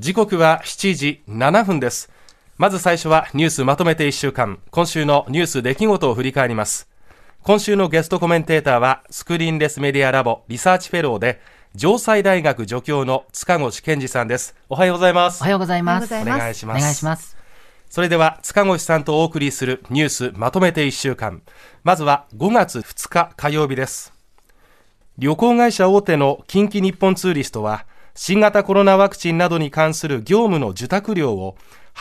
時刻は7時7分です。まず最初はニュースまとめて1週間、今週のニュース出来事を振り返ります。今週のゲストコメンテーターはスクリーンレスメディアラボリサーチフェローで城西大学助教の塚越健二さんです。おはようございます。 おはようございます。 お願いします。 お願いします。 それでは塚越さんとお送りするニュースまとめて1週間、まずは5月2日火曜日です。旅行会社大手の近畿日本ツーリストは新型コロナワクチンなどに関する業務の受託料を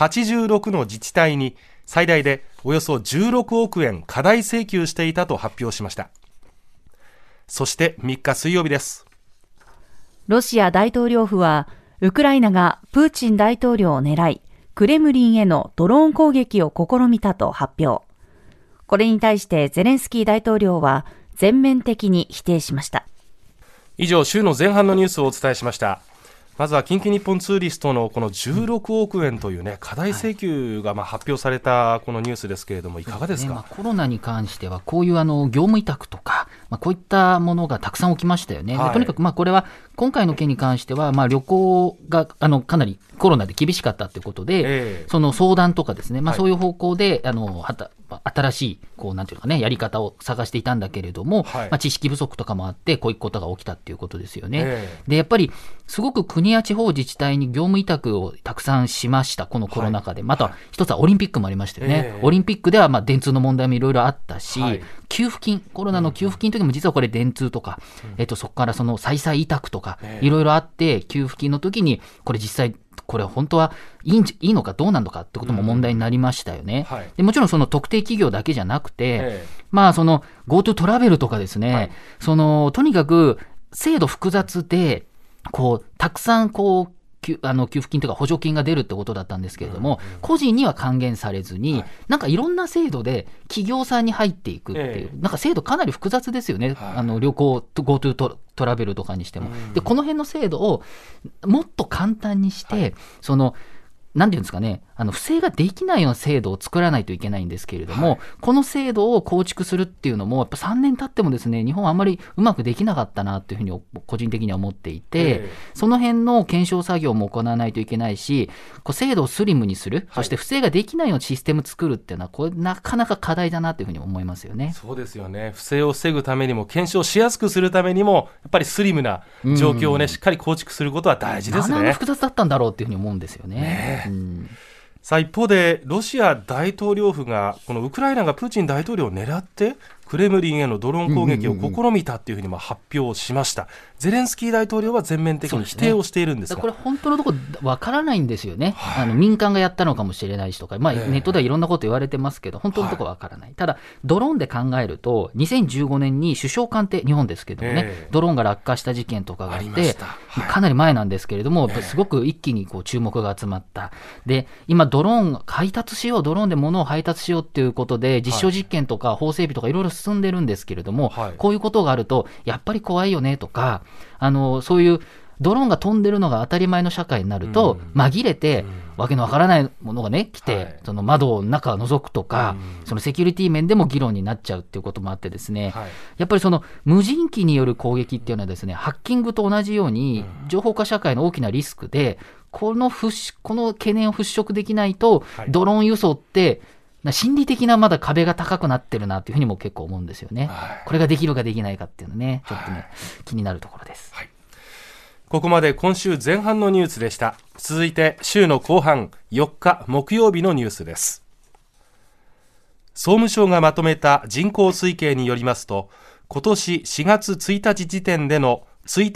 86の自治体に最大でおよそ16億円過大請求していたと発表しました。そして3日水曜日です。 ロシア大統領府はウクライナがプーチン大統領を狙いクレムリンへのドローン攻撃を試みたと発表。これに対してゼレンスキー大統領は全面的に否定しました。 以上、週の前半のニュースをお伝えしました。まずは近畿日本ツーリストのこの16億円というね、過大請求が発表されたこのニュースですけれども、いかがですか？ コロナに関してはこういう業務委託とか、こういったものがたくさん起きましたよね。とにかくこれは今回の件に関しては、旅行がかなりコロナで厳しかったということで、その相談とかですね、そういう方向で新しいなんていうかね、やり方を探していたんだけれども、知識不足とかもあってこういうことが起きたっていうことですよね。でやっぱりすごく国や地方自治体に業務委託をたくさんしました、このコロナ禍で。また一つはオリンピックもありましたよね。オリンピックでは電通の問題もいろいろあったし、給付金、コロナの給付金の時も実はこれ電通とか、そこからその再々委託とかいろいろあって、給付金の時にこれ実際これ本当はいいのかどうなのかってことも問題になりましたよね。でもちろんその特定企業だけじゃなくて、その GoTo トラベルとかですね、とにかく制度複雑でたくさん給付金とか補助金が出るってことだったんですけれども、個人には還元されずに、いろんな制度で企業さんに入っていくっていう、制度かなり複雑ですよね。旅行 GoTo トラベルとかにしても。でこの辺の制度をもっと簡単にして、なんていうんですかね、不正ができないような制度を作らないといけないんですけれども、この制度を構築するっていうのもやっぱ3年経ってもですね、日本はあんまりうまくできなかったなというふうに個人的には思っていて、その辺の検証作業も行わないといけないし、制度をスリムにする、そして不正ができないようなシステム作るっていうのはこれなかなか課題だなというふうに思いますよね。 そうですよね。不正を防ぐためにも検証しやすくするためにもやっぱりスリムな状況をね、しっかり構築することは大事ですね。 なんで複雑だったんだろうっていうふうに思うんですよね。 さあ一方でロシア大統領府がこのウクライナがプーチン大統領を狙ってクレムリンへのドローン攻撃を試みたというふうに発表しました。ゼレンスキー大統領は全面的に否定をしているんですが、 これ本当のところわからないんですよね。民間がやったのかもしれないしとか、ネットではいろんなこと言われてますけど、本当のところわからない。ただドローンで考えると2015年に首相官邸、日本ですけどもね、ドローンが落下した事件とかがあって、かなり前なんですけれども、すごく一気に注目が集まった。で今ドローン配達しよう、ドローンで物を配達しようっていうことで実証実験とか法整備とかいろいろ進んでるんですけれども、こういうことがあるとやっぱり怖いよねとか、そういうドローンが飛んでるのが当たり前の社会になると、紛れてわけのわからないものがね来て、その窓の中を覗くとか、そのセキュリティ面でも議論になっちゃうっていうこともあってですね、やっぱりその無人機による攻撃っていうのはですね、ハッキングと同じように情報化社会の大きなリスクで、この懸念を払拭できないと、ドローン輸送って心理的なまだ壁が高くなってるなというふうにも結構思うんですよね。これができるかできないかっていうのね、ちょっとね、気になるところです。 ここまで今週前半のニュースでした。続いて週の後半4日木曜日のニュースです。総務省がまとめた人口推計によりますと、今年4月1日時点での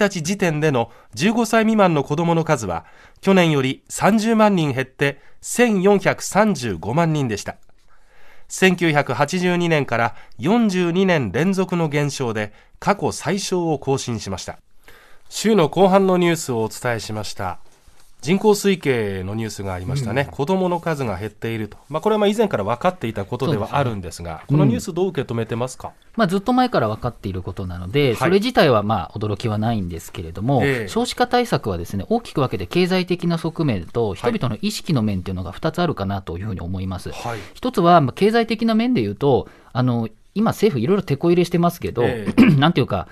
15歳未満の子どもの数は去年より30万人減って1435万人でした。1982年から42年連続の減少で過去最小を更新しました。週の後半のニュースをお伝えしました。人口推計のニュースがありましたね。子どもの数が減っていると、これは以前から分かっていたことではあるんですが、このニュースどう受け止めてますか？ ずっと前から分かっていることなので、それ自体は驚きはないんですけれども、少子化対策はですね、大きく分けて経済的な側面と人々の意識の面というのが2つあるかなというふうに思います。一つは経済的な面でいうと、今政府いろいろ手こ入れしてますけど、なんていうか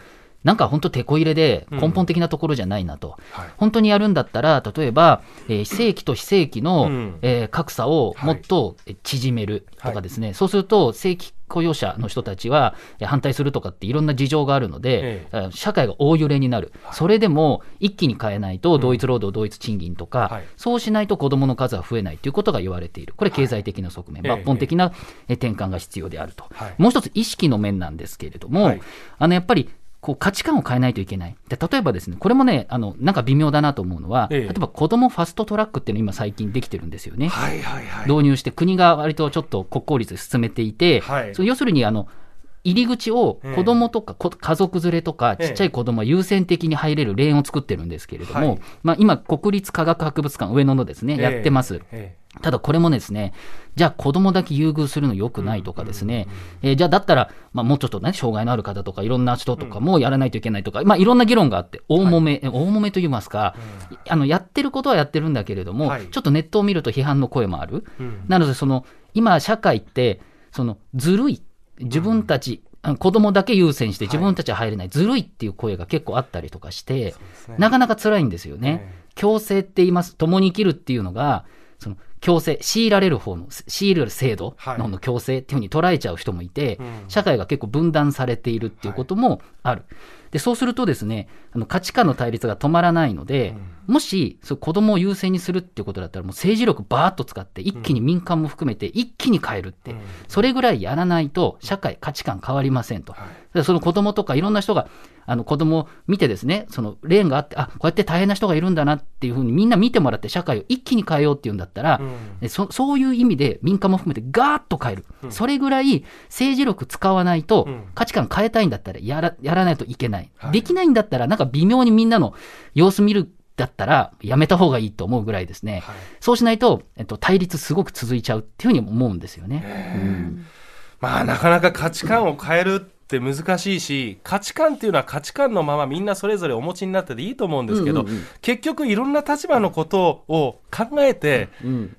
なんか本当、てこ入れで根本的なところじゃないなと、 はい、 本当にやるんだったら、例えば、非正規と非正規の、格差をもっと縮めるとかですね、そうすると、正規雇用者の人たちは反対するとかっていろんな事情があるので、社会が大揺れになる、それでも一気に変えないと、同一労働、同一賃金とか、そうしないと子どもの数は増えないということが言われている、これ、経済的な側面、抜本的な転換が必要であると、もう一つ、意識の面なんですけれども、やっぱりこう価値観を変えないといけない。で、例えばですね、これもね、なんか微妙だなと思うのは、例えば子どもファストトラックっていうの今最近できてるんですよね。導入して国が割とちょっと国公立で進めていて、要するに入り口を子どもとか家族連れとかちっちゃい子どもは優先的に入れるレーンを作ってるんですけれども、今国立科学博物館上野のですね、やってます。ただこれもですね、じゃあ子供だけ優遇するの良くないとかですね、じゃあだったら、もうちょっとね、障害のある方とかいろんな人とかもやらないといけないとか、いろんな議論があって、大揉めと言いますか、やってることはやってるんだけれども、ちょっとネットを見ると批判の声もある。なので今社会ってずるい、自分たち、子供だけ優先して自分たちは入れない、ずるいっていう声が結構あったりとかして、なかなか辛いんですよね。共生って言います。共に生きるっていうのが、強制、強いられる方の、強いられる制度の方の強制っていうふうに捉えちゃう人もいて、社会が結構分断されているっていうこともある。で、そうするとですね、価値観の対立が止まらないので、もし子供を優先にするっていうことだったら、もう政治力バーッと使って一気に民間も含めて一気に変えるって、それぐらいやらないと社会価値観変わりませんと。その子供とかいろんな人が子供を見てですね、レーンがあって、こうやって大変な人がいるんだなっていうふうにみんな見てもらって社会を一気に変えようっていうんだったら、そういう意味で民間も含めてガーッと変える、それぐらい政治力使わないと、価値観変えたいんだったらやらないといけない、できないんだったらなんか微妙にみんなの様子見るだったらやめた方がいいと思うぐらいですね、そうしないと、対立すごく続いちゃうっていうふうに思うんですよね。 なかなか価値観を変えるって難しいし、価値観っていうのは価値観のままみんなそれぞれお持ちになってていいと思うんですけど、結局いろんな立場のことを考えて、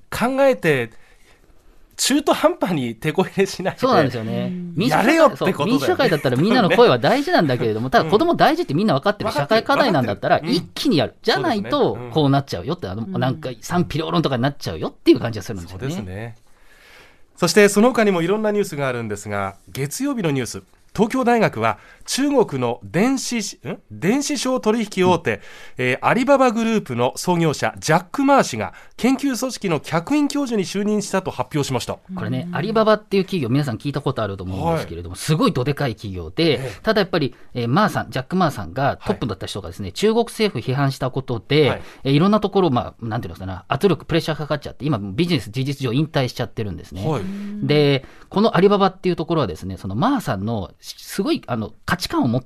中途半端に手こ入れしないで、 そうなんですよね。 やれよってことだよね。 民主社会だったらみんなの声は大事なんだけれども、ただ子供大事ってみんな分かってる社会課題なんだったら一気にやる。じゃないとこうなっちゃうよって、なんか賛否両論とかになっちゃうよっていう感じがするんですよね。 そうですね。そしてその他にもいろんなニュースがあるんですが、月曜日のニュース、東京大学は中国の電子商取引大手、アリババグループの創業者ジャック・マー氏が研究組織の客員教授に就任したと発表しました。 これね、アリババっていう企業皆さん聞いたことあると思うんですけれども、すごいどでかい企業で、ただやっぱり、ジャック・マーさんがトップだった人がですね、中国政府批判したことで、いろんなところ、なんていうのかな、圧力プレッシャーかかっちゃって、今ビジネス事実上引退しちゃってるんですね。でこのアリババっていうところはですね、そのマーさんのすごい価値観を持って、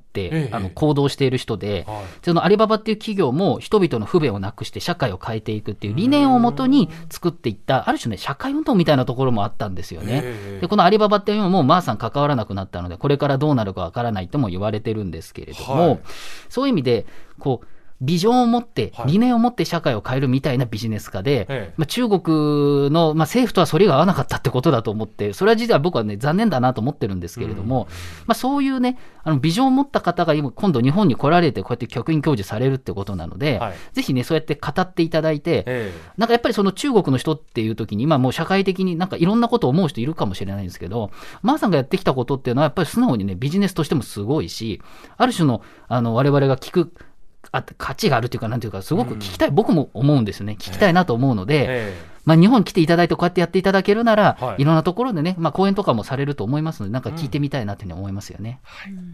行動している人で、そのアリババっていう企業も人々の不便をなくして社会を変えていくっていう理念をもとに作っていった、ある種ね、社会運動みたいなところもあったんですよね。でこのアリババっていうのもマーさん関わらなくなったので、これからどうなるかわからないとも言われてるんですけれども、そういう意味でこうビジョンを持って理念を持って社会を変えるみたいなビジネス化で、中国の、政府とはそれが合わなかったってことだと思って、それは実は僕はね残念だなと思ってるんですけれども、そういうねビジョンを持った方が今度日本に来られてこうやって客員教授されるってことなので、ぜひねそうやって語っていただいて、なんかやっぱりその中国の人っていう時に今もう社会的になんかいろんなことを思う人いるかもしれないんですけど、マーさんがやってきたことっていうのはやっぱり素直にねビジネスとしてもすごいし、ある種の我々が聞く価値があるというか、なんていうか、すごく聞きたい、僕も思うんですね。聞きたいなと思うので、日本に来ていただいてこうやってやっていただけるなら、いろんなところでね、講演とかもされると思いますので、なんか聞いてみたいなというふうに思いますよね。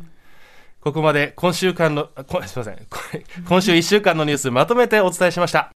ここまで今週1週間のニュースまとめてお伝えしました。